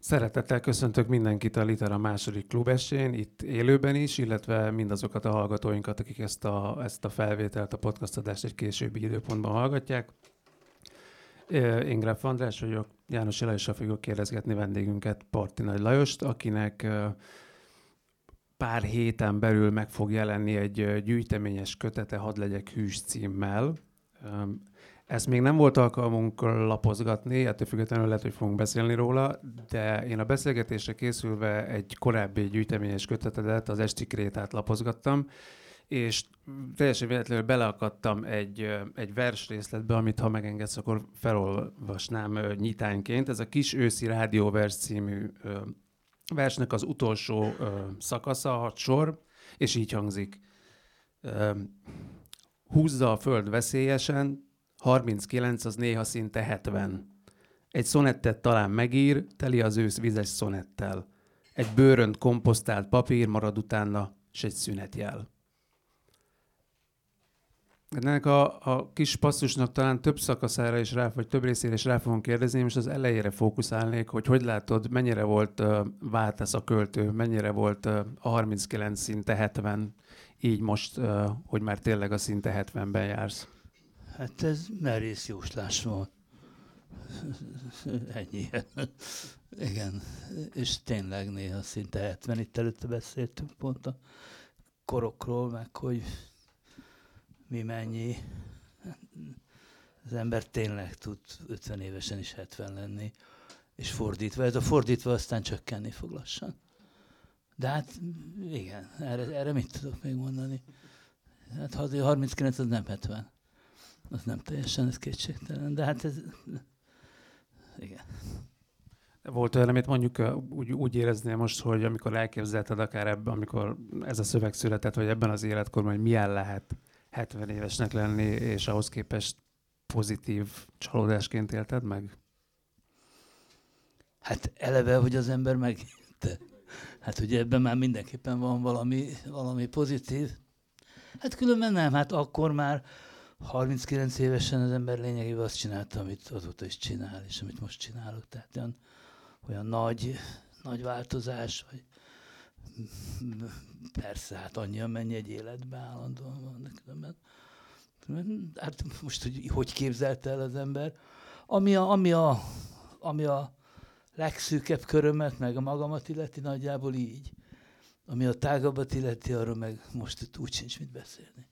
Szeretettel köszöntök mindenkit a Litera második klubestjén, itt élőben is, illetve mindazokat a hallgatóinkat, akik ezt a felvételt, a podcast adást egy későbbi időpontban hallgatják. Én Gráf András vagyok, János Lajossal fogjuk kérdezgetni vendégünket, Parti Nagy Lajost, akinek pár héten belül meg fog jelenni egy gyűjteményes kötete, Hadd legyek hűs címmel. Ezt még nem volt alkalmunk lapozgatni, ettől függetlenül lehet, hogy fogunk beszélni róla, de én a beszélgetésre készülve egy korábbi gyűjteményes kötetedet, az Esti Krétát lapozgattam, és teljesen véletlenül beleakadtam egy versrészletbe, amit ha megengedsz, akkor felolvasnám nyitánként. Ez a Kis őszi rádióvers című versnek az utolsó szakasza, 6 sor, és így hangzik. Húzza a föld veszélyesen, 39 az néha szinte 70. Egy szonettet talán megír, teli az ősz vizes szonettel. Egy bőrönt komposztált papír marad utána, s egy szünetjel. Ennek a kis passzusnak talán több szakaszára is vagy több részére is rá fogom kérdezni, és az elejére fókuszálnék, hogy látod, mennyire volt váltás a költő, mennyire volt a 39 szinte 70, így most, hogy már tényleg a szinte 70-ben jársz. Hát ez merész jóslás volt. Ennyi. Igen. És tényleg néha szinte 70. Itt előtte beszéltünk pont a korokról, meg hogy mi mennyi. Az ember tényleg tud 50 évesen is 70 lenni, és fordítva. Ez a fordítva aztán csökkenni fog lassan. De hát igen, erre mit tudok még mondani? Hát 39 az nem 70. Az nem teljesen, ez kétségtelen, de hát ez... Igen. Volt olyan, amit mondjuk úgy éreznél most, hogy amikor elképzelted akár ebben, amikor ez a szöveg született, vagy ebben az életkorban, hogy milyen lehet 70 évesnek lenni, és ahhoz képest pozitív csalódásként élted meg? Hát eleve, hogy az ember megélte. Hát ugye ebben már mindenképpen van valami pozitív. Hát különben nem, hát akkor már 39 évesen az ember lényegében azt csinálta, amit azóta is csinál, és amit most csinálok. Tehát olyan nagy változás, vagy persze, hát annyi, amennyi egy életben állandóan van. Különben. Hát most, hogy képzelte el az ember? Ami a legszűkebb körömet, meg a magamat illeti, nagyjából így. Ami a tágabbat illeti, arról meg most úgy sincs mit beszélni.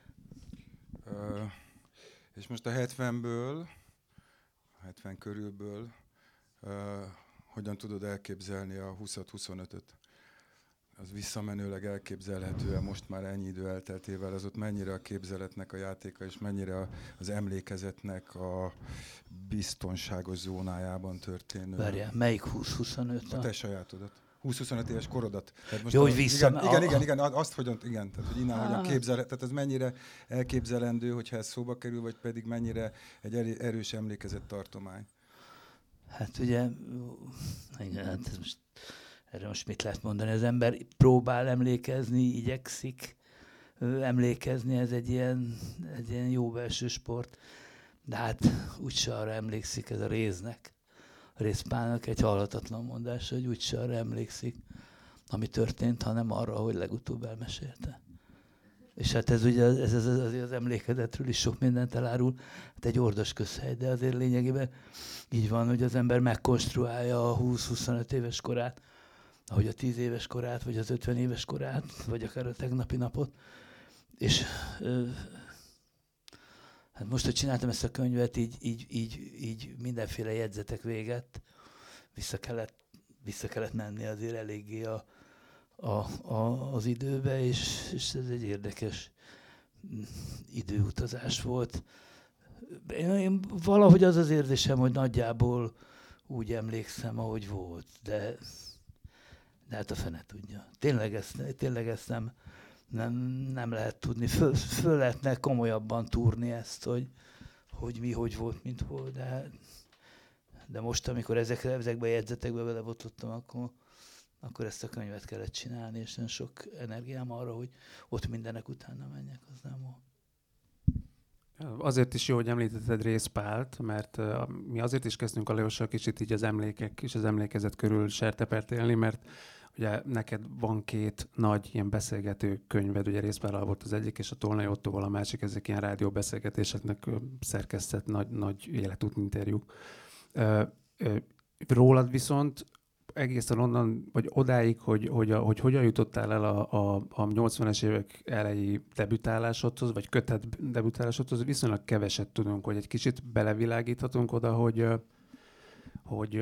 És most a 70-ből, 70 körülből hogyan tudod elképzelni a 20-25-öt? Az visszamenőleg elképzelhető, most már ennyi idő elteltével, az ott mennyire a képzeletnek a játéka, és mennyire az emlékezetnek a biztonságos zónájában történő? Várjál, melyik 20-25? A te sajátodat. 20-25 éves korodat. Jó, hogy vissza... Igen, azt hogyan, igen, tehát hogy innen hogyan képzelhet, tehát ez mennyire elképzelendő, hogyha ez szóba kerül, vagy pedig mennyire egy erős emlékezettartomány. Hát ugye, igen, hát erre most mit lehet mondani? Az ember próbál emlékezni, igyekszik emlékezni, ez egy ilyen jó belső sport, de hát úgyse arra emlékszik, ez a réznek. A Rézpálnak egy halhatatlan mondása, hogy úgyse arra emlékszik, ami történt, hanem arra, hogy legutóbb elmesélte. És hát ez ugye az emlékezetről is sok mindent elárul. Hát egy ordas közhely, de azért lényegében így van, hogy az ember megkonstruálja a 20-25 éves korát, ahogy a 10 éves korát, vagy az 50 éves korát, vagy akár a tegnapi napot. És hát most, hogy csináltam ezt a könyvet, így mindenféle jegyzetek véget, vissza kellett menni azért eléggé az időbe, és ez egy érdekes időutazás volt. Én valahogy az érzésem, hogy nagyjából úgy emlékszem, ahogy volt, de hát a fene tudja. Tényleg ezt nem lehet tudni. Föl lehetne komolyabban túrni ezt, hogy mi hogy volt, mint volt, de most, amikor ezekbe a jegyzetekbe belebotlottam, akkor ezt a könyvet kellett csinálni, és nagyon sok energiám arra, hogy ott mindenek utána menjek, az nem volt. Azért is jó, hogy említetted Rézpált, mert mi azért is kezdtünk a Leossal kicsit így az emlékek és az emlékezet körül sertepert élni, mert ugye neked van 2 nagy ilyen beszélgető könyved, ugye Rézpállal volt az egyik, és a Tolnai Ottóval a másik, ezek ilyen rádióbeszélgetéseknek szerkesztett nagy életútinterjúk. Rólad viszont egészen onnan, vagy odáig, hogy hogyan jutottál el a 80-es évek elejé debütálásodhoz, vagy kötet debütálásodhoz, viszonylag keveset tudunk, hogy egy kicsit belevilágíthatunk oda, hogy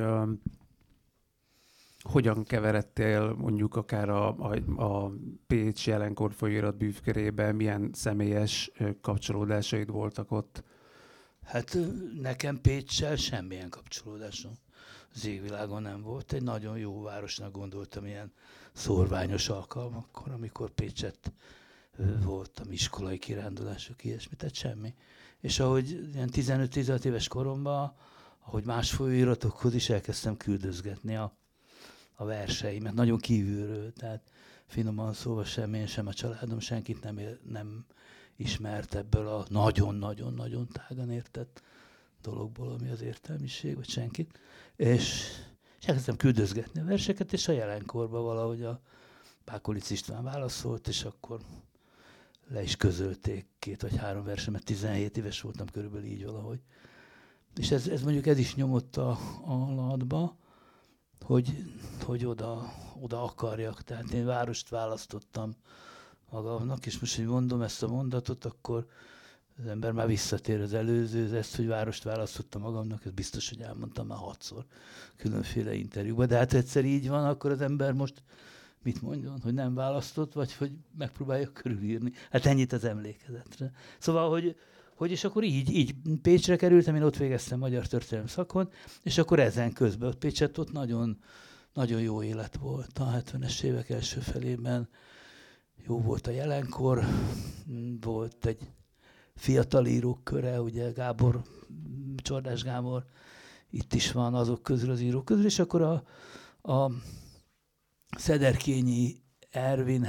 hogyan keveredtél mondjuk akár a Pécs jelenkor folyóirat bűvkörébe, milyen személyes kapcsolódásaid voltak ott? Hát nekem Péccsel semmilyen kapcsolódásom az égvilágon nem volt. Egy nagyon jó városnak gondoltam ilyen szórványos alkalmakkor, amikor Pécset voltam, iskolai kirándulások, ilyesmi, tehát semmi. És ahogy ilyen 15-16 éves koromban, ahogy más folyóiratokhoz is elkezdtem küldözgetni a verseimet, nagyon kívülről, tehát finoman szóval sem én, sem a családom senkit nem ismert ebből a nagyon-nagyon-nagyon tágan értett dologból, ami az értelmiség, vagy senkit. És elkezdtem küldözgetni a verseket, és a jelenkorban valahogy a Pákolic István válaszolt, és akkor le is közölték 2 vagy 3 versemet, 17 éves voltam körülbelül így valahogy. És ez mondjuk ez is nyomott a latba, hogy oda akarjak. Tehát én várost választottam magamnak, és most, hogy mondom ezt a mondatot, akkor az ember már visszatér az előző, ezt, hogy várost választottam magamnak, ez biztos, hogy elmondtam már 6-szor különféle interjúban, de hát egyszer így van, akkor az ember most mit mondjon, hogy nem választott, vagy hogy megpróbálja körülírni. Hát ennyit az emlékezetre. Szóval, hogy és akkor így Pécsre kerültem, én ott végeztem magyar történelem szakon, és akkor ezen közben ott Pécset ott nagyon, nagyon jó élet volt a 70-es évek első felében. Jó volt a jelenkor, volt egy fiatal írók köre, ugye Gábor, Csordás Gábor itt is van azok közül, az írók közül, és akkor a Szederkényi Ervin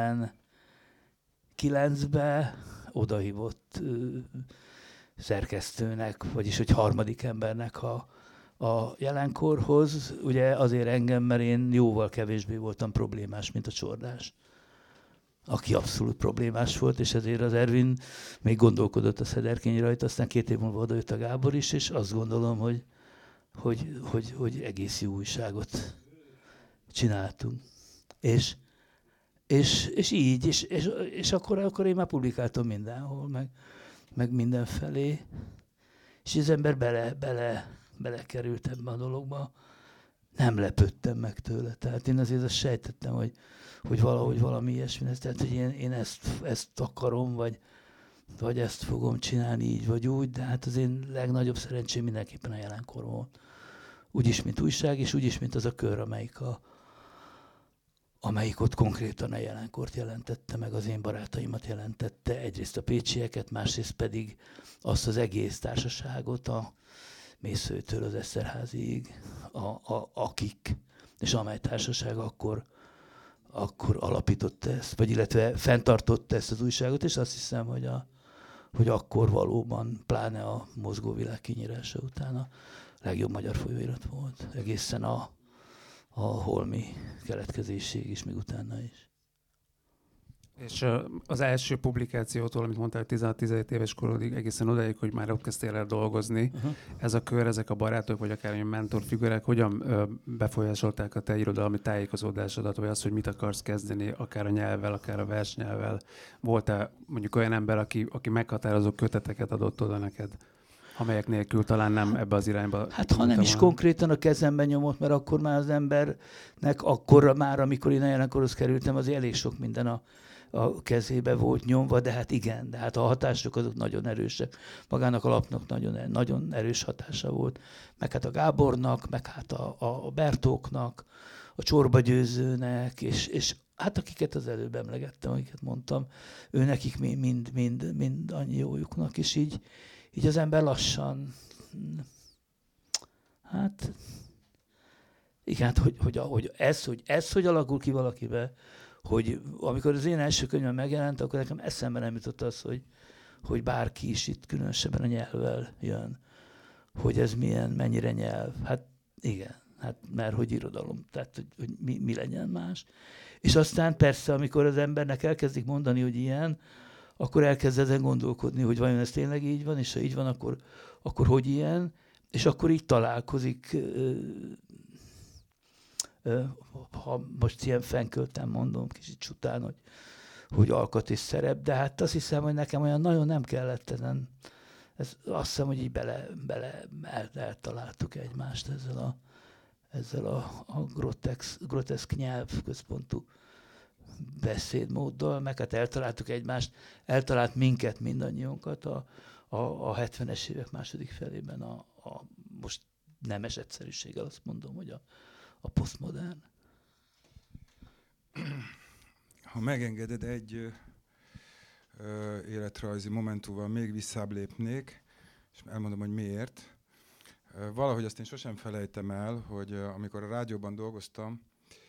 79-ben odahívott szerkesztőnek, vagyis hogy harmadik embernek a jelenkorhoz. Ugye azért engem, mert én jóval kevésbé voltam problémás, mint a Csordás, aki abszolút problémás volt, és ezért az Ervin még gondolkodott a Szederkényi rajta, aztán 2 év múlva odajött a Gábor is, és azt gondolom, hogy egész jó újságot csináltunk. És így, és akkor én már publikáltam mindenhol, meg mindenfelé, és az ember belekerült ebbe a dologba. Nem lepődtem meg tőle. Tehát én azért azt sejtettem, hogy valahogy valami ilyesmi lesz. Tehát, hogy én ezt akarom, vagy ezt fogom csinálni így vagy úgy, de hát az én legnagyobb szerencsém mindenképpen a jelenkor volt. Úgyis, mint újság, és úgyis, mint az a kör, amelyik ott konkrétan a jelenkort jelentette, meg az én barátaimat jelentette. Egyrészt a pécsieket, másrészt pedig azt az egész társaságot, a Mészőtől az Eszterháziig, akik, és amely társaság akkor alapította ezt, vagy illetve fenntartotta ezt az újságot, és azt hiszem, hogy akkor valóban, pláne a Mozgóvilág kinyírása után a legjobb magyar folyóirat volt. Egészen a holmi keletkezésig is, még utána is. És az első publikációtól, amit mondtál, 16-17 éves korodig, egészen odáig, hogy már ott kezdtél el dolgozni, ez a kör, ezek a barátok, vagy akár olyan mentorfigurák, hogyan befolyásolták a te irodalmi tájékozódásodat, vagy az, hogy mit akarsz kezdeni, akár a nyelvvel, akár a versnyelvvel? Volt-e mondjuk olyan ember, aki meghatározó köteteket adott oda neked, amelyek nélkül talán nem ebbe az irányba? Hát ha nem is konkrétan a kezemben nyomott, mert akkor már az embernek, akkor már, amikor én a jelenkorhoz kerültem, azért elég sok minden a kezébe volt nyomva, de hát igen, de hát a hatások azok nagyon erősek. Magának a lapnak nagyon erős hatása volt. Meg hát a Gábornak, meg hát a Bertóknak, a Csorba Győzőnek, és hát akiket az előbb emlegettem, akiket mondtam, őnekik mind annyi jójuknak, és így az ember lassan, hát igen, hogy ez hogy alakul ki valakibe, hogy amikor az én első könyvem megjelent, akkor nekem eszembe nem jutott az, hogy bárki is itt különösebben a nyelvvel jön, hogy ez mennyire nyelv. Hát igen, hát mert hogy irodalom, tehát hogy mi legyen más. És aztán persze, amikor az embernek elkezdik mondani, hogy ilyen, akkor elkezd ezen gondolkodni, hogy vajon ez tényleg így van, és ha így van, akkor hogy ilyen, és akkor így találkozik, ha most ilyen fenkölten mondom, kicsit csután, hogy alkat és szerep, de hát azt hiszem, hogy nekem olyan nagyon nem kellett ezen. Azt hiszem, hogy így bele eltaláltuk egymást ezzel a groteszk nyelvközpontú beszédmóddal, meg hát eltaláltuk egymást, eltalált minket, mindannyiunkat a 70-es évek második felében most nemes egyszerűséggel azt mondom, hogy a posztmodern. Ha megengeded, egy életrajzi momentumval még visszább lépnék, és elmondom, hogy miért. Valahogy azt én sosem felejtem el, hogy amikor a rádióban dolgoztam,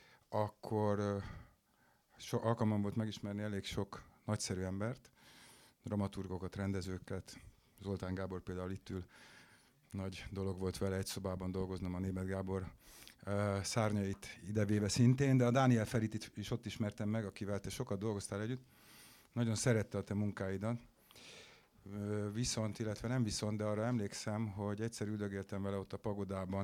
akkor alkalmam volt megismerni elég sok nagyszerű embert, dramaturgokat, rendezőket. Zoltán Gábor például itt ül, nagy dolog volt vele egy szobában dolgoznom, a Németh Gábor szárnyait idevéve szintén, de a Dániel Ferit is ott ismertem meg, akivel te sokat dolgoztál együtt. Nagyon szerette a te munkáidat. Illetve nem viszont, de arra emlékszem, hogy egyszer üldögéltem vele ott a pagodában,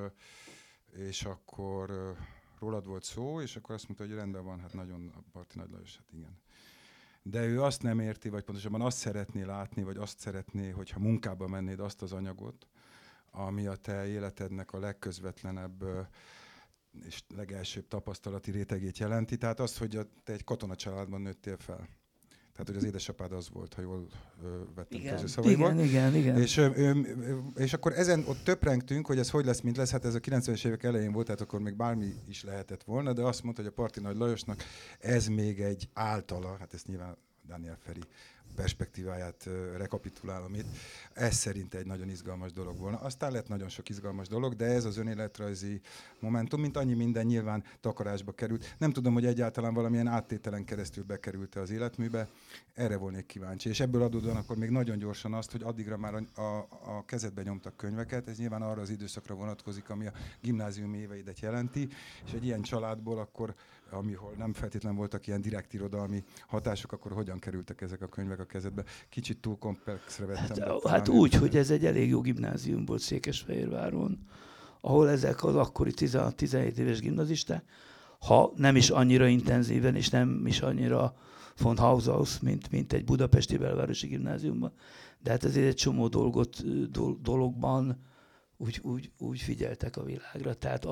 és akkor rólad volt szó, és akkor azt mondta, hogy rendben van, hát nagyon a Parti Nagy Lajos, hát igen. De ő azt nem érti, vagy pontosabban azt szeretné látni, vagy azt szeretné, hogyha munkába mennéd azt az anyagot, ami a te életednek a legközvetlenebb és legelsőbb tapasztalati rétegét jelenti. Tehát azt, hogy te egy katonacsaládban nőttél fel. Tehát, hogy az édesapád az volt, ha jól vettem ki az ő szavaiból. Igen. És akkor ezen ott töprengtünk, hogy ez hogy lesz, mint lesz. Hát ez a 90-es évek elején volt, tehát akkor még bármi is lehetett volna, de azt mondta, hogy a Parti Nagy Lajosnak ez még egy általa, hát ezt nyilván Dániel Feri perspektíváját rekapitulálom itt, ez szerint egy nagyon izgalmas dolog volna. Aztán lett nagyon sok izgalmas dolog, de ez az önéletrajzi momentum, mint annyi minden nyilván takarásba került. Nem tudom, hogy egyáltalán valamilyen áttételen keresztül bekerült az életműbe, erre volnék kíváncsi. És ebből adódóan akkor még nagyon gyorsan azt, hogy addigra már a kezedbe nyomtak könyveket, ez nyilván arra az időszakra vonatkozik, ami a gimnáziumi éveidet jelenti, és egy ilyen családból akkor, amihol nem feltétlenül voltak ilyen direkt irodalmi hatások, akkor hogyan kerültek ezek a könyvek a kezedbe? Kicsit túl komplexre vettem. Hát úgy, hogy ez egy elég jó gimnázium volt Székesfehérváron, ahol ezek az akkori 16-17 éves gimnazisták, ha nem is annyira intenzíven, és nem is annyira von Haus, mint egy budapesti belvárosi gimnáziumban, de hát ezért egy csomó dologban úgy figyeltek a világra. Tehát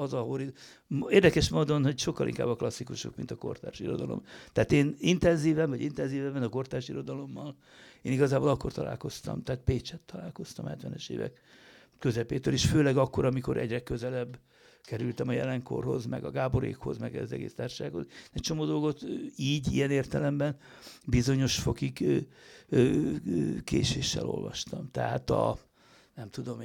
érdekes módon, hogy sokkal inkább a klasszikusok, mint a kortárs irodalom. Tehát én intenzívebben a kortárs irodalommal én igazából akkor találkoztam, tehát Pécset találkoztam 70-es évek közepétől, és főleg akkor, amikor egyre közelebb kerültem a jelenkorhoz, meg a Gáborékhoz, meg az egész társasághoz. Egy csomó dolgot így, ilyen értelemben bizonyos fokig késéssel olvastam. Tehát nem tudom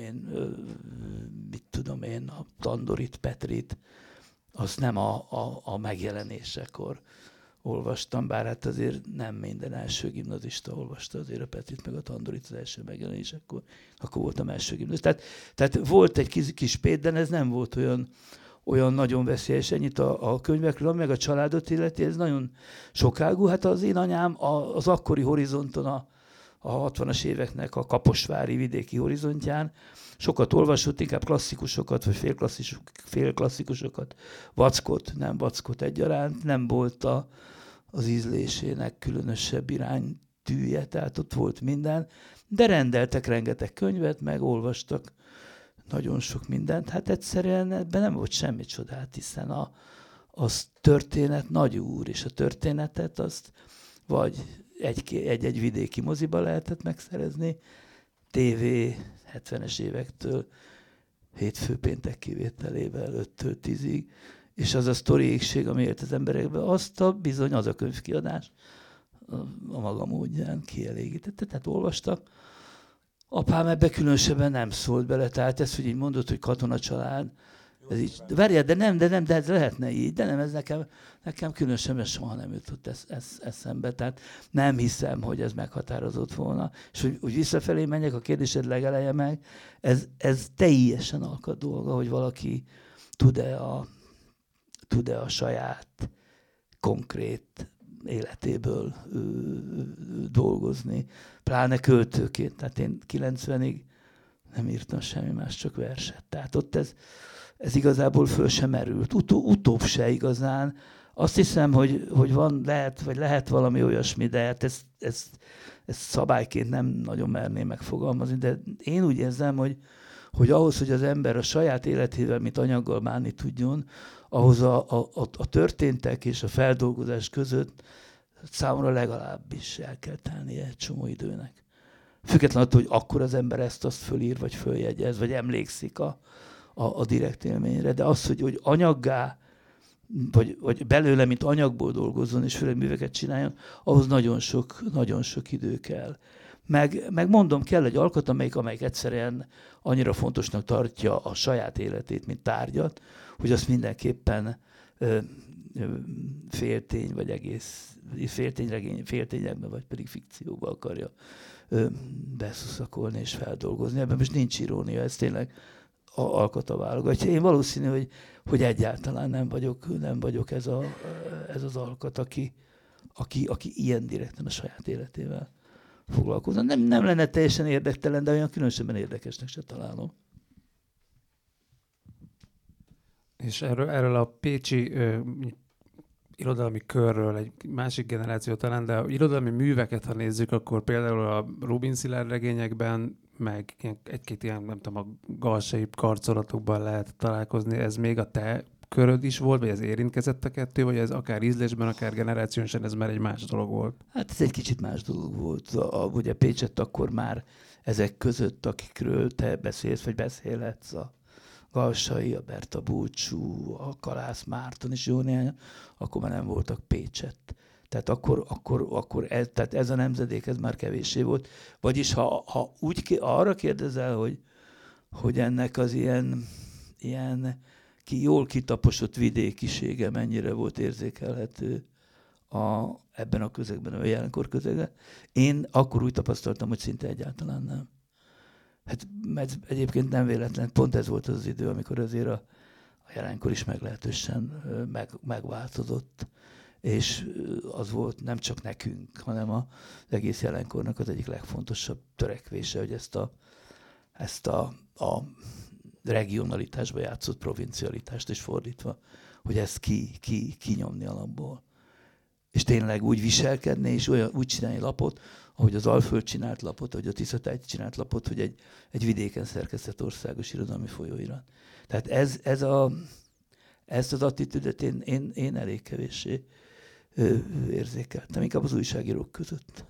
én, a Tandorit, Petrit, azt nem a megjelenésekor olvastam, bár hát azért nem minden első gimnazista olvasta azért a Petrit, meg a Tandorit az első megjelenésekor, akkor voltam első gimnazista. Tehát volt egy kis pét, de ez nem volt olyan nagyon veszélyes. Ennyit a könyvekről, meg a családot illeti, ez nagyon sokágú. Hát az én anyám az akkori horizonton, a 60-as éveknek a kaposvári vidéki horizontján sokat olvasott, inkább klasszikusokat, vagy félklasszikusokat, nem vackot egyaránt, nem volt az ízlésének különösebb iránytűje, tehát ott volt minden, de rendeltek rengeteg könyvet, meg olvastak nagyon sok mindent. Hát egyszerűen ebben nem volt semmi csodát, hiszen az történet nagy úr, és a történetet azt vagy egy vidéki moziba lehetett megszerezni, TV 70-es évektől, hétfő péntek kivételével 5-től 10-ig, és az a sztoriékség, ami élt az emberekbe, azt az a könyvkiadás a maga módján kielégítette, tehát olvastak. Apám ebbe különösebben nem szólt bele, tehát ez, hogy így mondod, hogy katonacsalád, Ez így, várjál, de ez lehetne így, de nem, ez nekem különösen soha nem jutott eszembe, tehát nem hiszem, hogy ez meghatározott volna. És hogy visszafelé menjek, a kérdésed legeleje meg, ez teljesen alkat dolga, hogy valaki tud-e a saját konkrét életéből dolgozni, pláne költőként. Tehát én 90-ig nem írtam semmi más, csak verset. Tehát ott ez igazából föl sem merült. Utóbb se igazán. Azt hiszem, hogy lehet valami olyasmi, de hát ezt szabályként nem nagyon merném megfogalmazni, de én úgy érzem, hogy ahhoz, hogy az ember a saját életével, mint anyaggal bánni tudjon, ahhoz a történtek és a feldolgozás között számomra legalábbis el kell tennie egy csomó időnek. Függetlenül attól, hogy akkor az ember ezt-azt fölír, vagy följegyez, vagy emlékszik a direkt élményre, de az, hogy anyaggá, vagy belőle, mint anyagból dolgozzon, és főleg műveket csináljon, ahhoz nagyon sok idő kell. Meg mondom, kell egy alkot, amelyik egyszerűen annyira fontosnak tartja a saját életét, mint tárgyat, hogy azt mindenképpen féltény, vagy egész féltényekben, vagy pedig fikcióba akarja beszuszakolni és feldolgozni. Ebben most nincs irónia, ez tényleg alkota válogatja. Én valószínű, hogy egyáltalán nem vagyok ez az alkat, aki ilyen direkten a saját életével foglalkozna. Nem lenne teljesen érdektelen, de olyan különösebben érdekesnek se találom. És erről a pécsi irodalmi körről egy másik generáció talán, de irodalmi műveket, ha nézzük, akkor például a Rubin Szilárd regényekben, meg egy-két ilyen, nem tudom, a galsai karcolatokban lehet találkozni. Ez még a te köröd is volt, vagy ez érintkezett a kettő, vagy ez akár ízlésben, akár generációsan, ez már egy más dolog volt? Hát ez egy kicsit más dolog volt. Ugye Pécsett akkor már ezek között, akikről te beszélsz, vagy beszélhetsz, a Galsai, a Berta Búcsú, a Kalász Márton és jó néhány, akkor már nem voltak Pécsett. Tehát akkor tehát ez a nemzedék, ez már kevéssé volt. Vagyis ha arra kérdezel, hogy ennek az ilyen jól kitaposott vidékisége mennyire volt érzékelhető ebben a közegben, a jelenkor közegben, én akkor úgy tapasztaltam, hogy szinte egyáltalán nem. Hát egyébként nem véletlen, pont ez volt az idő, amikor azért a jelenkor is meglehetősen megváltozott. És az volt nem csak nekünk, hanem az egész jelenkornak az egyik legfontosabb törekvése, hogy ezt a regionalitásba játszott provincialitást is fordítva, hogy ezt kinyomni alapból. És tényleg úgy viselkedni, és úgy csinálni lapot, ahogy az Alföld csinált lapot, ahogy a Tiszatáj csinált lapot, hogy egy vidéken szerkesztett országos irodalmi folyóirat. Tehát ezt az attitűdöt én elég kevéssé érzékeltem, inkább az újságírók között.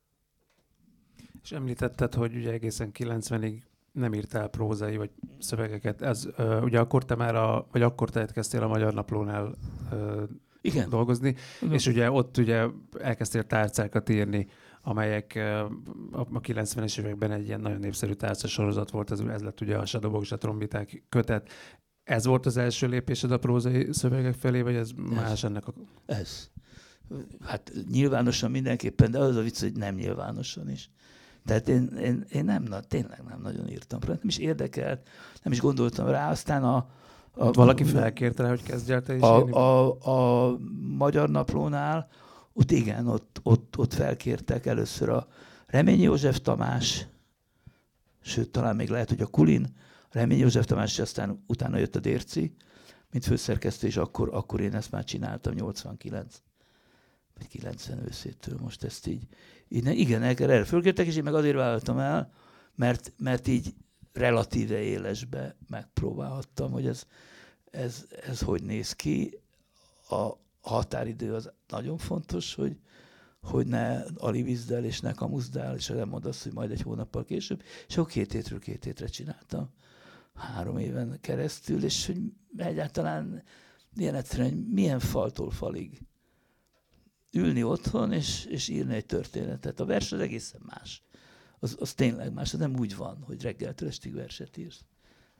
És említetted, hogy ugye egészen 90-ig nem írtál prózai vagy szövegeket. Ez ugye akkor te elkezdtél a Magyar Naplónál dolgozni, igen. És ugye ott ugye elkezdtél tárcákat írni, amelyek a 90-es években egy ilyen nagyon népszerű tárcasorozat volt, ez lett ugye a Sadobok és a trombiták kötet. Ez volt az első lépésed a prózai szövegek felé, vagy ez más ennek a... Ez. Hát nyilvánosan mindenképpen, de az a vicc, hogy nem nyilvánosan is. Tehát én tényleg nem nagyon írtam. Nem is érdekelt, nem is gondoltam rá. Aztán valaki felkérte rá, hogy kezdj el te is írni? A Magyar Naplónál, ott felkértek először a Reményi József Tamás, sőt, talán még lehet, hogy a Kulin, Reményi József Tamás, és aztán utána jött a Dérci, mint főszerkesztő, és akkor én ezt már csináltam 89 vagy 90 őszétől, most ezt így igen, erre fölkértek, és én meg azért vállaltam el, mert így relatíve élesbe megpróbálhattam, hogy ez hogy néz ki. A határidő az nagyon fontos, hogy ne alibizdel és ne kamuzdál, és nem mondd azt, hogy majd egy hónappal később, és akkor 2 hétről 2 hétre csináltam 3 éven keresztül, és hogy egyáltalán ilyen egyszerűen, milyen faltól falig ülni otthon, és írni egy történetet. A vers az egészen más. Az tényleg más, az nem úgy van, hogy reggeltől estig verset írsz.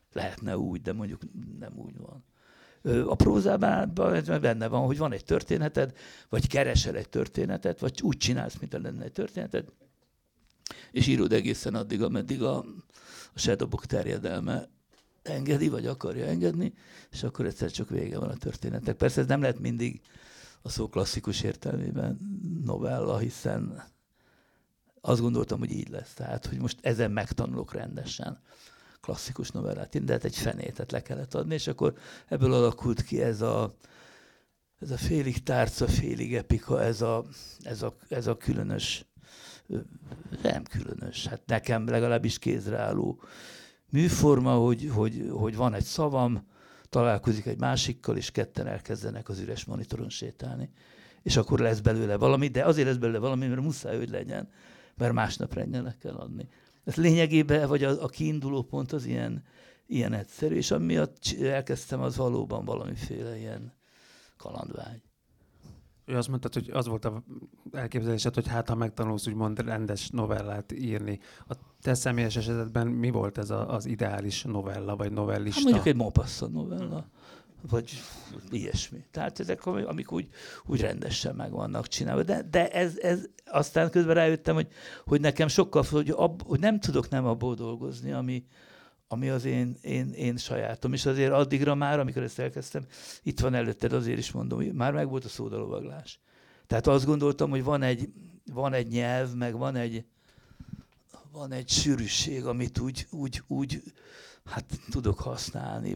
Lehetne úgy, de mondjuk nem úgy van. A prózában benne van, hogy van egy történeted, vagy keresel egy történetet, vagy úgy csinálsz, mint lenne egy történeted, és írod egészen addig, ameddig a shadowbook terjedelme engedi, vagy akarja engedni, és akkor egyszer csak vége van a történetnek. Persze ez nem lehet mindig a szó klasszikus értelmében novella, hiszen azt gondoltam, hogy így lesz. Tehát, hogy most ezen megtanulok rendesen klasszikus novellát, de hát egy fenétet le kellett adni, és akkor ebből alakult ki ez a félig tárca, félig epika, ez a különös, nem különös, hát nekem legalábbis kézreálló műforma, hogy van egy szavam, találkozik egy másikkal, és ketten elkezdenek az üres monitoron sétálni. És akkor lesz belőle valami, de azért lesz belőle valami, mert muszáj, hogy legyen, mert másnap reggelnek kell adni. Ez lényegében, vagy a kiinduló pont az ilyen egyszerű, és amiatt elkezdtem, az valóban valamiféle ilyen kalandvágy. Ő azt mondtad, hogy az volt az elképzelésed, hogy hát ha megtanulsz úgymond rendes novellát írni. A te személyes esetben mi volt ez az ideális novella, vagy novellista? Hát mondjuk egy Maupassant novella, vagy ilyesmi. Tehát ezek, amik úgy rendesen meg vannak csinálva. De ez aztán közben rájöttem, hogy nekem sokkal, hogy nem tudok nem abból dolgozni, ami az én sajátom. És azért addigra már, amikor ezt elkezdtem, itt van előtted, azért is mondom, hogy már megvolt a szódalovaglás. Tehát azt gondoltam, hogy van egy nyelv, meg van egy sűrűség, amit úgy hát tudok használni,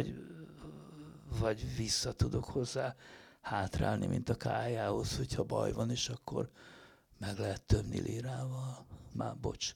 vagy vissza tudok hozzá hátrálni, mint a kájához, hogyha baj van, és akkor meg lehet töbni lírával. Már bocs.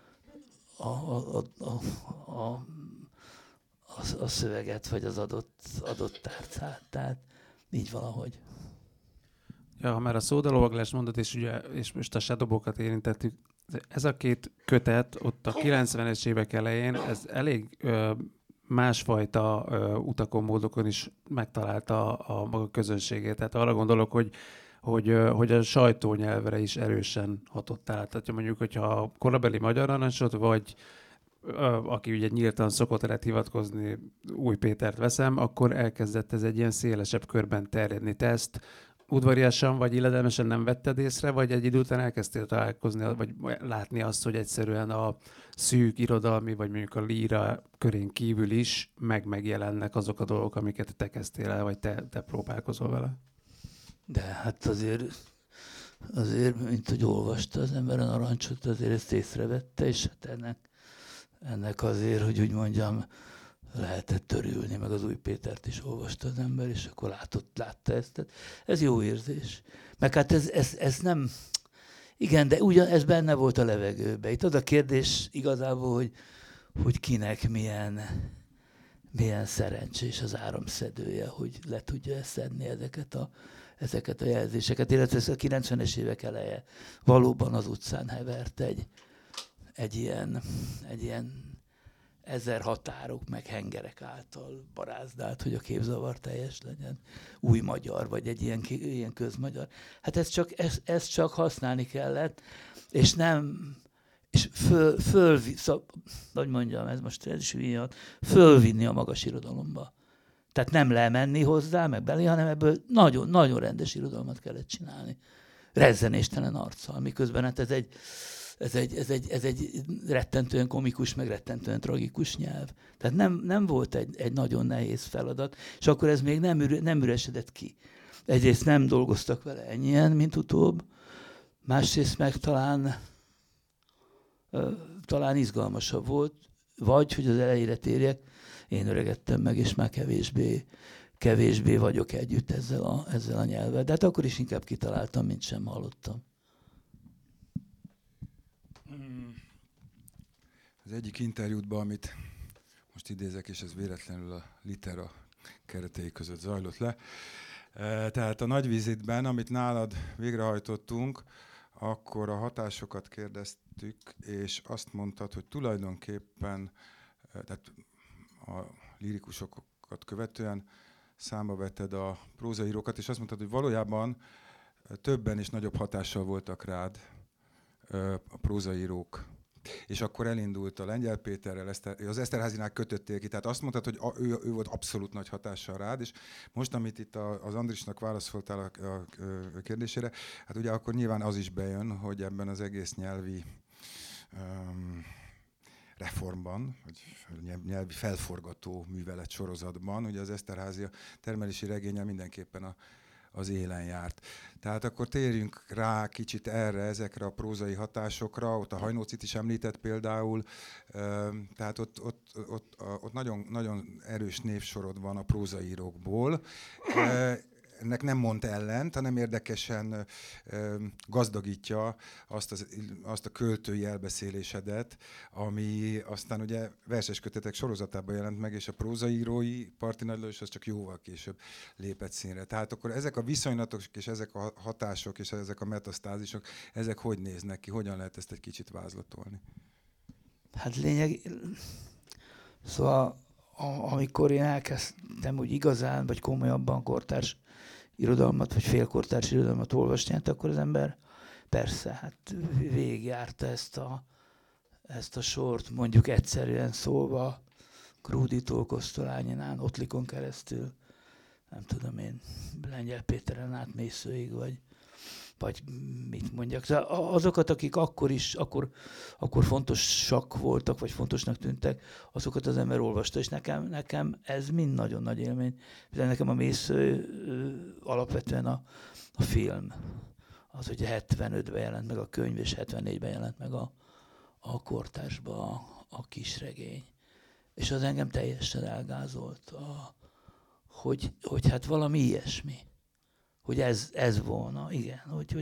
A szöveget, vagy az adott tárcát. Tehát így valahogy. Ja, ha már a szódalovaglás mondod, és most a shadowbookat érintettük, ez a két kötet ott a 90-es évek elején, ez elég másfajta utakon, módokon is megtalálta a maga közönségét. Tehát arra gondolok, hogy a sajtónyelvre is erősen hatott át. Tehát mondjuk, hogyha a korabeli magyar narancsot, vagy aki ugye nyíltan szokott lehet hivatkozni, Új Pétert veszem, akkor elkezdett ez egy ilyen szélesebb körben terjedni. Te ezt udvariasan vagy illedelmesen nem vetted észre, vagy egy idő után elkezdtél találkozni, vagy látni azt, hogy egyszerűen a szűk irodalmi, vagy mondjuk a líra körén kívül is megjelennek azok a dolgok, amiket te kezdtél el, vagy te próbálkozol vele? De hát azért, mint hogy olvasta az ember a narancsot, azért ezt észrevette, és hát ennek azért, hogy úgy mondjam, lehetett örülni, meg az Új Pétert is olvasta az ember, és akkor látta ezt. Ez jó érzés. Meg hát ez nem... Igen, de ez benne volt a levegőben. Itt az a kérdés igazából, hogy kinek milyen szerencsés az áramszedője, hogy le tudja szedni ezeket a jelzéseket. Illetve ez a 90-es évek eleje valóban az utcán hevert egy ilyen 1000 határok meg hengerek által barázdált, hogy a képzavar teljes legyen. Új magyar, vagy egy ilyen közmagyar. Hát ezt csak használni kellett, és nem... És hogy mondjam, ez is hülye, fölvinni a magas irodalomba. Tehát nem lemenni hozzá, meg belé, hanem ebből nagyon, nagyon rendes irodalmat kellett csinálni. Rezzenéstelen arccal, miközben hát ez egy rettentően komikus, meg rettentően tragikus nyelv. Tehát nem volt egy nagyon nehéz feladat, és akkor ez még nem üresedett ki. Egyrészt nem dolgoztak vele ennyien, mint utóbb, másrészt meg talán izgalmasabb volt, vagy, hogy az elejére térjek, én öregedtem meg, és már kevésbé vagyok együtt ezzel a nyelvvel. De hát akkor is inkább kitaláltam, mint sem hallottam. Az egyik interjútban, amit most idézek, és ez véletlenül a Litera keretei között zajlott le. Tehát a Nagyvizitben, amit nálad végrehajtottunk, akkor a hatásokat kérdeztük, és azt mondtad, hogy tulajdonképpen tehát a lírikusokat követően számba vetted a prózaírókat, és azt mondtad, hogy valójában többen és nagyobb hatással voltak rád a prózaírók És akkor elindult a Lengyel Péterrel, az Eszterházynál kötöttél ki, tehát azt mondtad, hogy ő volt abszolút nagy hatással rád, és most, amit itt az Andrisnak válaszoltál a kérdésére, hát ugye akkor nyilván az is bejön, hogy ebben az egész nyelvi reformban, vagy nyelvi felforgató művelet sorozatban, ugye az Eszterházy termelési regénye mindenképpen az élen járt. Tehát akkor térjünk rá kicsit ezekre a prózai hatásokra, ott a Hajnócit is említett például, tehát ott nagyon, nagyon erős névsorod van a prózaírókból. Ennek nem mond ellent, hanem érdekesen gazdagítja azt a költői elbeszélésedet, ami aztán ugye verseskötetek sorozatában jelent meg, és a prózaírói Parti Nagy Lajos az csak jóval később lépett színre. Tehát akkor ezek a viszonylatok, és ezek a hatások, és ezek a metasztázisok, ezek hogy néznek ki? Hogyan lehet ezt egy kicsit vázlatolni? Hát szóval amikor én elkezdtem úgy igazán, vagy komolyabban kortárs irodalmat, vagy félkortárs irodalmat olvasni, hát akkor az ember persze, hát végigjárta ezt a sort, mondjuk egyszerűen szólva, Krúditól Kosztolányinán, Ottlikon keresztül, nem tudom én, Lengyel Péteren át Mészőig, vagy mit mondjak. Azokat, akik akkor fontosak voltak, vagy fontosnak tűntek, azokat az ember olvasta, és nekem ez mind nagyon nagy élmény. Nekem a Mésző alapvetően a film. Az ugye 75-ben jelent meg a könyv, és 74-ben jelent meg a kortársba a kisregény. És az engem teljesen elgázolt, hogy hát valami ilyesmi. Hogy ez volna, igen,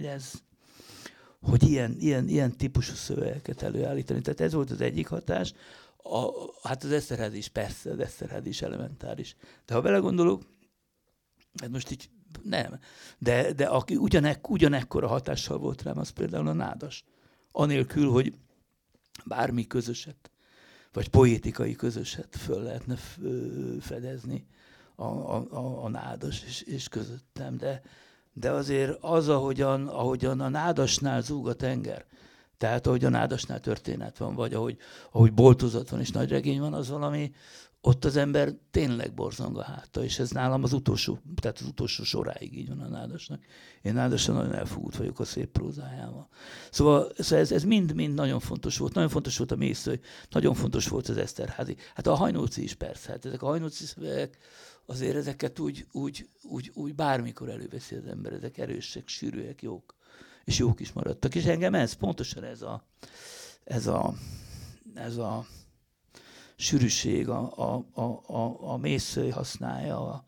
hogy ilyen típusú szövegeket előállítani. Tehát ez volt az egyik hatás. Hát az Eszterházy is, persze, az Eszterházy is elementáris. De ha belegondolok, hát most így nem, de aki ugyanekkora hatással volt rám, az például a Nádas. Anélkül, hogy bármi közöset, vagy poétikai közöset föl lehetne fedezni a Nádas és közöttem, de azért az, ahogyan a Nádasnál zúg a tenger, tehát ahogy a Nádasnál történet van, vagy ahogy boltozat van és nagy regény van, az valami, ott az ember tényleg borzong a háta, és ez nálam az utolsó soráig így van a Nádasnak. Én Nádasan nagyon elfogult vagyok a szép prózájával. Szóval ez mind nagyon fontos volt. Nagyon fontos volt a Mésző, nagyon fontos volt az Eszterházy. Hát a Hajnóci is persze, hát ezek a Hajnóci szövegek, azért ezeket úgy bármikor előveszi az ember, ezek erősek, sűrűek, jók, és jók is maradtak. És engem pontosan ez a sűrűség, a Mésző használja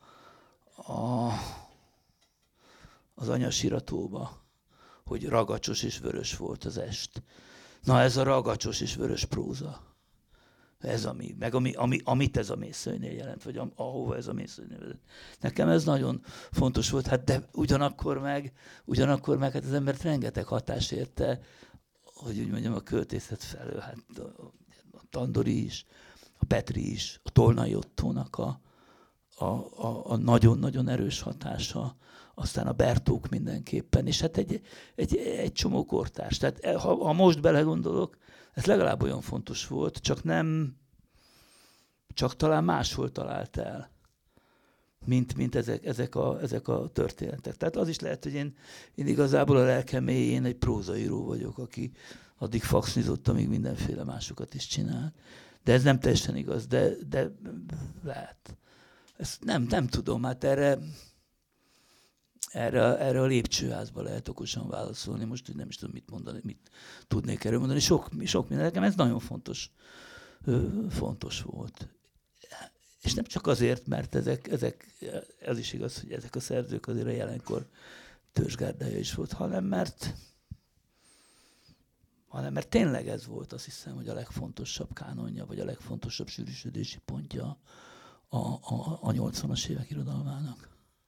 az anyasiratóba, hogy ragacsos és vörös volt az est. Na ez a ragacsos és vörös próza. Ez amit ez a Mészőnél jelent, vagy ahova ez a Mészőnél vezet. Nekem ez nagyon fontos volt, hát de ugyanakkor meg hát az embert rengeteg hatás érte, hogy úgy mondjam, a költészet felől, hát a Tandori is, a Petri is, a Tolnai Ottónak a nagyon-nagyon erős hatása, aztán a Bertók mindenképpen, és hát egy csomó kortárs. Tehát ha most belegondolok, ez legalább olyan fontos volt, csak talán máshol talált el, mint ezek a történetek. Tehát az is lehet, hogy én igazából a lelkem mélyén egy prózaíró vagyok, aki addig faxnizott, amíg mindenféle másokat is csinált. De ez nem teljesen igaz, de lehet. Ezt nem tudom, hát erre a lépcsőházba lehet okosan válaszolni. Most nem is tudom, mit mondani, mit tudnék erről mondani. Sok minden. Nekem ez nagyon fontos volt. És nem csak azért, mert ez is igaz, hogy ezek a szerzők azért a jelenkor törzsgárdája is volt, hanem mert tényleg ez volt, azt hiszem, hogy a legfontosabb kánonja, vagy a legfontosabb sűrűsödési pontja a 80-as évek irodalmának.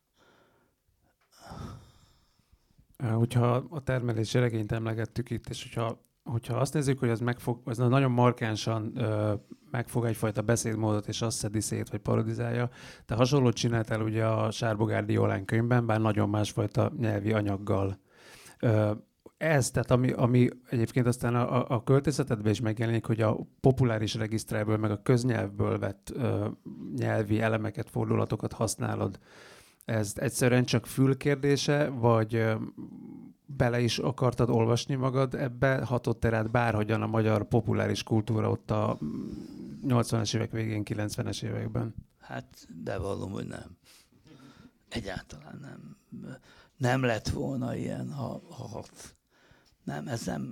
Hogyha a termelési regényt emlegettük itt, és hogyha azt nézzük, hogy ez nagyon markánsan megfog egyfajta beszédmódot, és azt szedi szét, vagy parodizálja. Te hasonlót csináltál ugye a Sárbogárdi Jolán könyvben, bár nagyon másfajta nyelvi anyaggal. ez, tehát ami egyébként aztán a költészetedben is megjelenik, hogy a populáris regisztrából, meg a köznyelvből vett nyelvi elemeket, fordulatokat használod. Ez egyszerűen csak fülkérdése, vagy bele is akartad olvasni magad ebbe? Hatott rád bárhogyan a magyar populáris kultúra ott a 80-as évek végén, 90-es években? Hát bevallom, hogy nem. Egyáltalán nem. Nem lett volna ilyen, ha nem,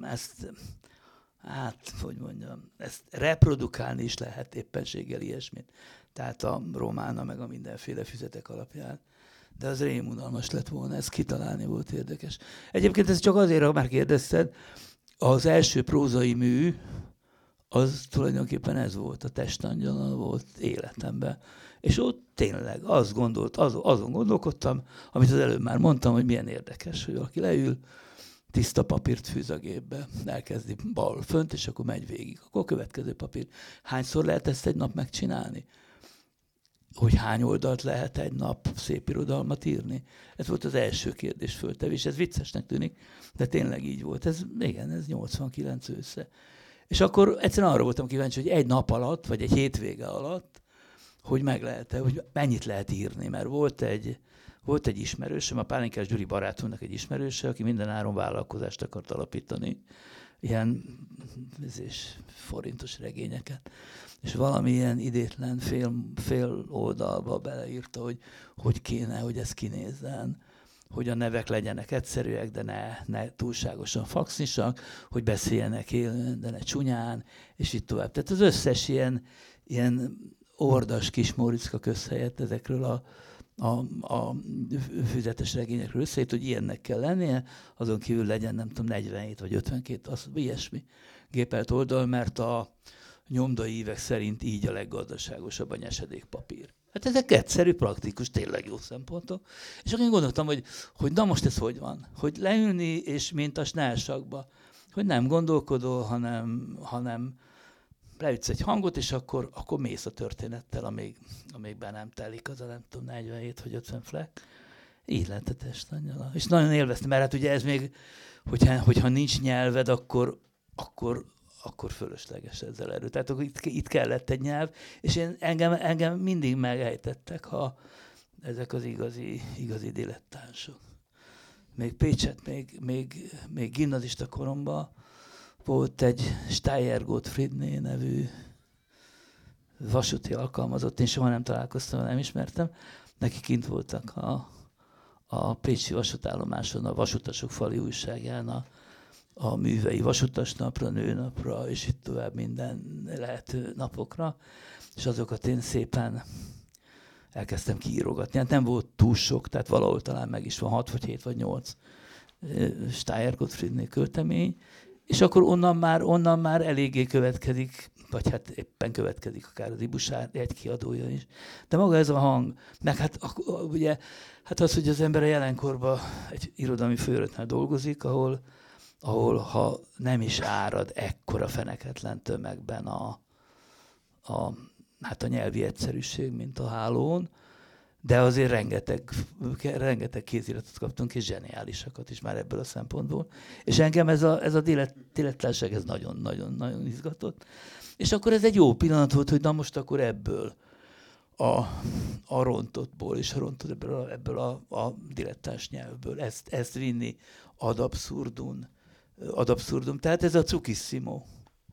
hogy mondjam, ezt reprodukálni is lehet éppenséggel ilyesmit. Tehát a romána meg a mindenféle füzetek alapján. De az rémunalmas lett volna, ezt kitalálni volt érdekes. Egyébként ez csak azért, ha már kérdezted, az első prózai mű, az tulajdonképpen ez volt, a Testangyala volt életemben. És ott tényleg azon gondolkodtam, amit az előbb már mondtam, hogy milyen érdekes, hogy valaki leül, tiszta papírt fűz a gépbe, elkezdi bal fönt, és akkor megy végig. Akkor a következő papír. Hányszor lehet ezt egy nap megcsinálni? Hogy hány oldalt lehet egy nap szép irodalmat írni? Ez volt az első kérdés föltevés. Ez viccesnek tűnik, de tényleg így volt. Ez 89 ősze. És akkor egyszerűen arra voltam kíváncsi, hogy egy nap alatt, vagy egy hétvége alatt, hogy meg lehet-e, hogy mennyit lehet írni, mert volt egy ismerősöm, a Pálinkás Gyuri barátunknak egy ismerőse, aki minden áron vállalkozást akart alapítani, ilyen forintos regényeket. És valamilyen idétlen fél oldalba beleírta, hogy kéne, hogy ez kinézzen, hogy a nevek legyenek egyszerűek, de ne túlságosan faxisak, hogy beszéljenek élően, de ne csúnyán, és így tovább. Tehát az összes ilyen ordas kis Móriczka közhelyett ezekről a füzetes regényekről összeít, hogy ilyennek kell lennie, azon kívül legyen, nem tudom, 47 vagy 52, ilyesmi gépelt oldal, mert a nyomdai ívek szerint így a leggazdaságosabb a nyesedékpapír. Hát ezek egyszerű, praktikus, tényleg jó szempontok. És akkor én gondoltam, hogy na most ez hogy van? Hogy leülni, és mint a snelsakba, hogy nem gondolkodol, hanem leütsz egy hangot, és akkor mész a történettel, amíg be nem telik az a nem tudom, 47 vagy 50 fleck. Így lett a Testangyala. És nagyon élveztem, mert hát ugye ez még, hogyha nincs nyelved, akkor fölösleges ezzel erő. Tehát akkor itt kellett egy nyelv, és engem mindig megejtettek, ha ezek az igazi dilettánsok. Még Pécset, még gimnazista koromban volt egy Steyer Gottfriedné nevű vasúti alkalmazott, én soha nem találkoztam, nem ismertem. Neki kint voltak a pécsi vasútállomáson, a Vasutasok fali újságján a művei Vasutasnapra, Nőnapra, és itt tovább minden lehető napokra, és azokat én szépen elkezdtem kiírogatni. Hát nem volt túl sok, tehát valahol talán meg is van 6 vagy 7 vagy 8 Steyer Gottfriedné költemény, és akkor onnan már eléggé következik, vagy hát éppen következik akár az Ibusár egy kiadója is. De maga ez a hang, meg hát ugye, hát az, hogy az ember a jelenkorban egy irodalmi főiratnál dolgozik, ahol ha nem is árad ekkora feneketlen tömegben a nyelvi egyszerűség, mint a hálón, de azért rengeteg kéziratot kaptunk, és zseniálisakat is már ebből a szempontból. És engem ez a dilettánság, ez nagyon izgatott. És akkor ez egy jó pillanat volt, hogy na most akkor ebből a rontottból, és a rontott ebből a dilettáns nyelvből ezt vinni ad abszurdum. Tehát ez a cukissimo.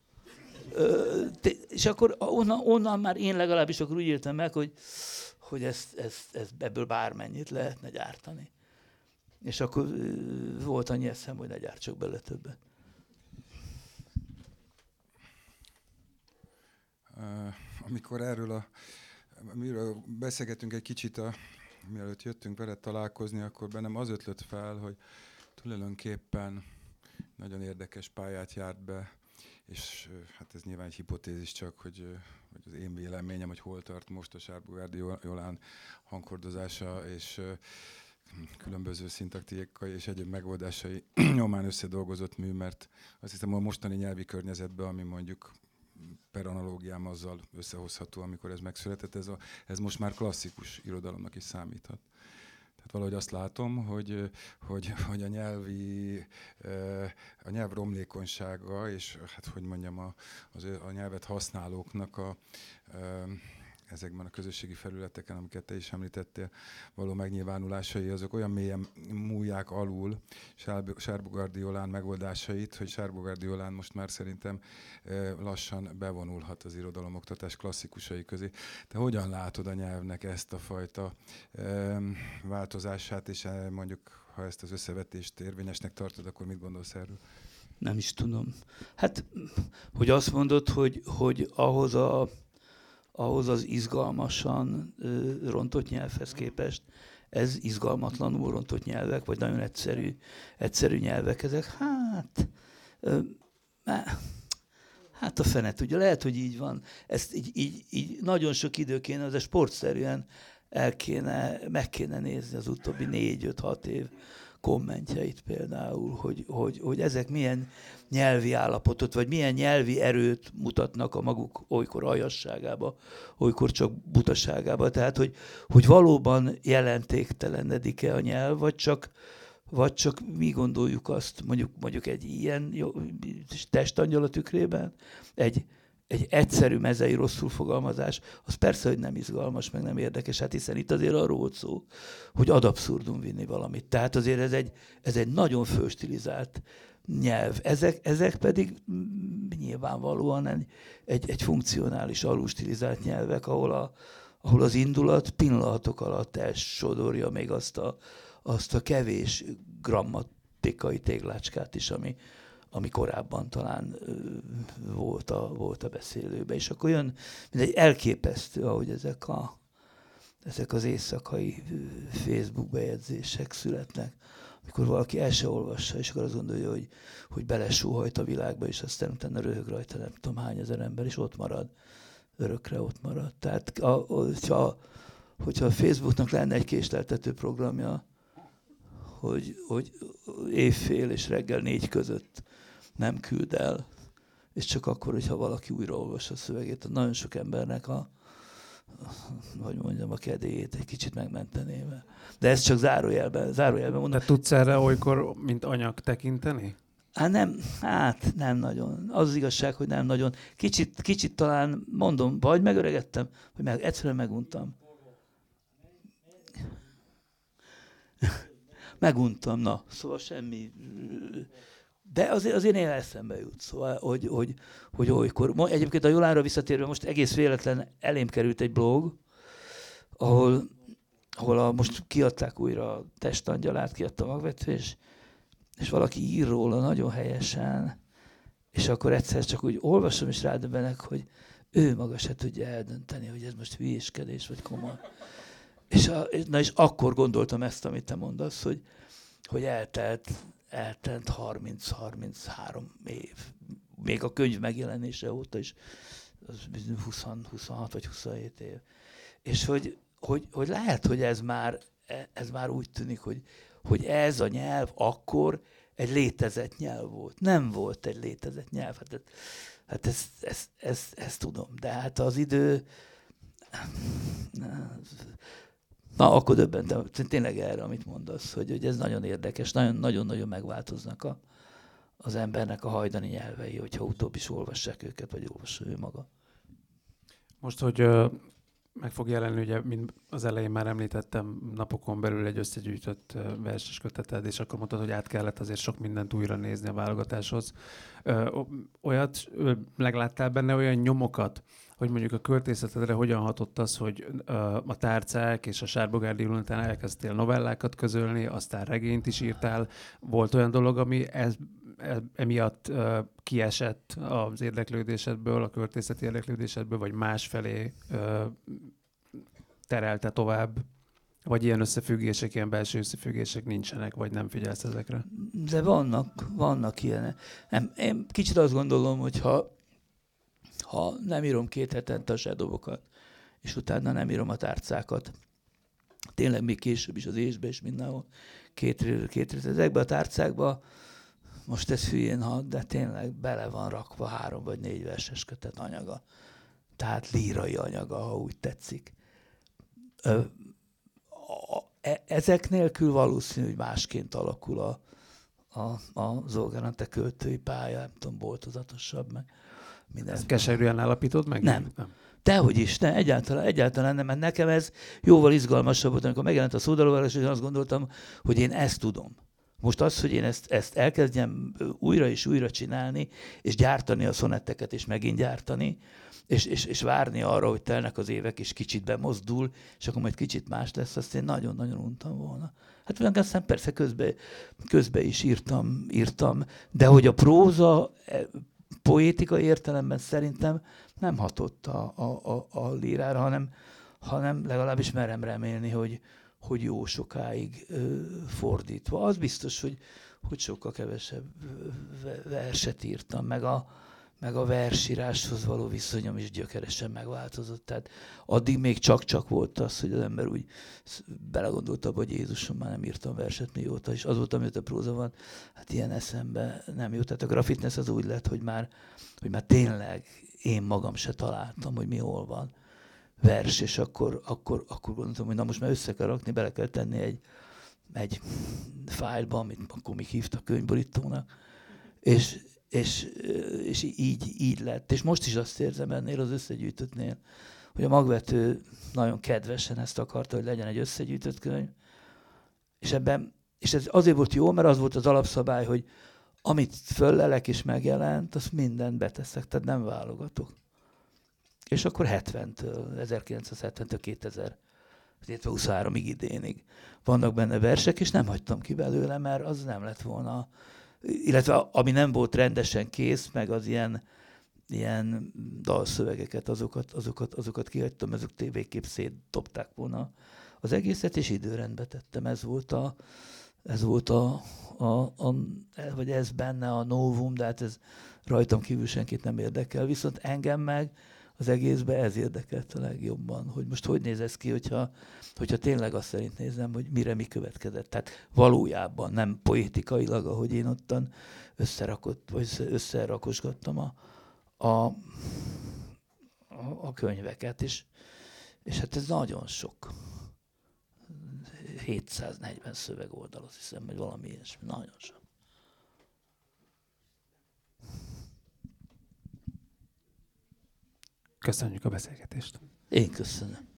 És akkor onnan már én legalábbis akkor úgy értem meg, hogy ebből bármennyit lehetne gyártani. És akkor volt annyi eszem, hogy ne gyártsak bele többet. Amikor erről beszélgetünk egy kicsit, mielőtt jöttünk veled találkozni, akkor bennem az ötlött fel, hogy tulajdonképpen nagyon érdekes pályát járt be, és hát ez nyilván egy hipotézis csak, hogy az én véleményem, hogy hol tart most a Sárbogárdi Jolán hangkordozása, és különböző szintaktikai és egyéb megoldásai nyomán összedolgozott mű, mert azt hiszem a mostani nyelvi környezetben, ami mondjuk per analógiám azzal összehozható, amikor ez megszületett, ez most már klasszikus irodalomnak is számíthat. hát valahogy azt látom, hogy a nyelv romlékonysága, és hát hogy mondjam, a nyelvet használóknak ezekben a közösségi felületeken, amiket te is említettél, való megnyilvánulásai, azok olyan mélyen múlják alul Sárbo Guardiolán megoldásait, hogy Sárbo Guardiolán most már szerintem lassan bevonulhat az irodalomoktatás klasszikusai közé. Te hogyan látod a nyelvnek ezt a fajta változását, és mondjuk, ha ezt az összevetést érvényesnek tartod, akkor mit gondolsz erről? Nem is tudom. Hát, hogy azt mondod, hogy ahhoz az izgalmasan rontott nyelvhez képest, ez izgalmatlanul rontott nyelvek, vagy nagyon egyszerű nyelvek ezek. Hát a fene tudja, lehet, hogy így van. Ezt így nagyon sok idő kéne, de sportszerűen meg kéne nézni az utóbbi 4-5-6 év kommentjeit például, hogy ezek milyen nyelvi állapotot, vagy milyen nyelvi erőt mutatnak a maguk olykor aljasságába, olykor csak butaságába. Tehát, hogy valóban jelentéktelenedik-e a nyelv, vagy csak mi gondoljuk azt, mondjuk egy ilyen testangyal tükrében, egy egyszerű mezei rosszul fogalmazás, az persze, hogy nem izgalmas, meg nem érdekes, hát hiszen itt azért arról volt szó, hogy ad abszurdum vinni valamit. Tehát azért ez egy nagyon fölstilizált nyelv. Ezek pedig nyilvánvalóan egy funkcionális, alulstilizált nyelvek, ahol az indulat pillanatok alatt elsodorja még azt a kevés grammatikai téglácskát is, ami korábban talán volt a beszélőben. És akkor jön, mint egy elképesztő, ahogy ezek az éjszakai Facebook bejegyzések születnek, amikor valaki el se olvassa, és akkor azt gondolja, hogy belesúhajt a világba, és aztán utána röhög rajta nem tudom hány ezer ember, és ott marad. Örökre ott marad. Tehát, hogyha a Facebooknak lenne egy késleltető programja, hogy évfél és reggel 4 között nem küld el, és csak akkor, hogyha valaki újraolvassa a szövegét, nagyon sok embernek hogy mondjam, a kedélyét egy kicsit megmentené. De ez csak zárójelben mondom. De tudsz erre olykor, mint anyag tekinteni? Nem nagyon. Az igazság, hogy nem nagyon. Kicsit talán, mondom, vagy megöregedtem, vagy egyszerűen meguntam. Meguntam, na. Szóval semmi... De azért néha eszembe jut. Szóval, hogy olykor... Egyébként a Jolánra visszatérve most egész véletlen elém került egy blog, ahol most kiadták újra a Testangyalát, kiadta a magvetés, és valaki ír róla nagyon helyesen, és akkor egyszer csak úgy olvasom, és rádöbbenek, hogy ő maga se tudja eldönteni, hogy ez most hülyéskedés, vagy komoly. És akkor gondoltam ezt, amit te mondasz, hogy eltelt 30-33 év. Még a könyv megjelenése óta is, az 26 vagy 27 év. És hogy lehet, hogy ez már úgy tűnik, hogy ez a nyelv akkor egy létezett nyelv volt. Nem volt egy létezett nyelv. Hát ezt tudom. De hát az idő... Na, akkor döbbentem tényleg erre, amit mondasz, hogy ez nagyon érdekes, nagyon-nagyon megváltoznak az embernek a hajdani nyelvei, hogyha utóbb is olvassák őket, vagy olvassa ő maga. Most, hogy meg fog jelenni, ugye, mint az elején már említettem, napokon belül egy összegyűjtött verses köteted, és akkor mondtad, hogy át kellett azért sok mindent újra nézni a válogatáshoz. Olyat megláttál benne olyan nyomokat, hogy mondjuk a költészetedre hogyan hatott az, hogy a tárcák és a Sárbo Guardiolán után elkezdtél novellákat közölni, aztán regényt is írtál. Volt olyan dolog, ami emiatt kiesett az érdeklődésedből, a költészeti érdeklődésedből, vagy másfelé terelte tovább? Vagy ilyen összefüggések, ilyen belső összefüggések nincsenek, vagy nem figyelsz ezekre? De vannak ilyenek. Én kicsit azt gondolom, hogy ha nem írom 2 hetente a shadow-okat, és utána nem írom a tárcákat, tényleg még később is az ésbe és mindenhol, 2 ezekbe a tárcákba, most ez hülyén de tényleg bele van rakva 3 vagy 4 verses kötet anyaga. Tehát lírai anyaga, ha úgy tetszik. ezek nélkül valószínű, hogy másként alakul a Zolgán költői pálya, nem tudom, boltozatosabb, meg minden. Ezt keserűen állapítod meg? Nem. Dehogy is, ne, egyáltalán nem, mert nekem ez jóval izgalmasabb volt, amikor megjelent a Szódalóváros, és azt gondoltam, hogy én ezt tudom. Most az, hogy én ezt elkezdjem újra és újra csinálni, és gyártani a szonetteket, és megint gyártani, és várni arra, hogy telnek az évek, és kicsit bemozdul, és akkor majd kicsit más lesz, azt én nagyon-nagyon untam volna. Hát aztán persze közben is írtam, de hogy a próza poétikai értelemben szerintem nem hatott a lírára, hanem legalábbis merem remélni, hogy jó sokáig fordítva. Az biztos, hogy sokkal kevesebb verset írtam, meg a versíráshoz való viszonyom is gyökeresen megváltozott. Tehát addig még csak volt az, hogy az ember úgy belegondolt abba, hogy Jézusom, már nem írtam verset mióta, és az volt, amióta próza van, hát ilyen eszembe nem jut. Tehát a Graffitness az úgy lett, hogy már tényleg én magam se találtam, hogy mi hol van vers, és akkor gondoltam, hogy na most már össze kell rakni, bele kell tenni egy fájlba, amit akkor még hívtak könyvborítónak, és így lett. És most is azt érzem ennél az összegyűjtöttnél, hogy a magvető nagyon kedvesen ezt akarta, hogy legyen egy összegyűjtött könyv, és ez azért volt jó, mert az volt az alapszabály, hogy amit föllelek és megjelent, azt mindent beteszek, tehát nem válogatok. És akkor 1970-től 2023-ig idénig vannak benne versek, és nem hagytam ki belőle, mert az nem lett volna, illetve ami nem volt rendesen kész, meg az ilyen dalszövegeket, azokat kihagytam, azok végképp szétdobták volna az egészet, és időrendbe tettem. Ez volt vagy ez benne a novum, de hát ez rajtam kívül senkit nem érdekel. Viszont engem meg az egészben ez érdekelt a legjobban, hogy most hogy néz ez ki, hogyha tényleg azt szerint nézem, hogy mire mi következett. Tehát valójában nem poétikailag, ahogy én ottan összerakosgattam a könyveket, és hát ez nagyon sok. 740 szövegoldal, azt hiszem, hogy valami ilyesmi. Nagyon sok. Köszönjük a beszélgetést. Én köszönöm.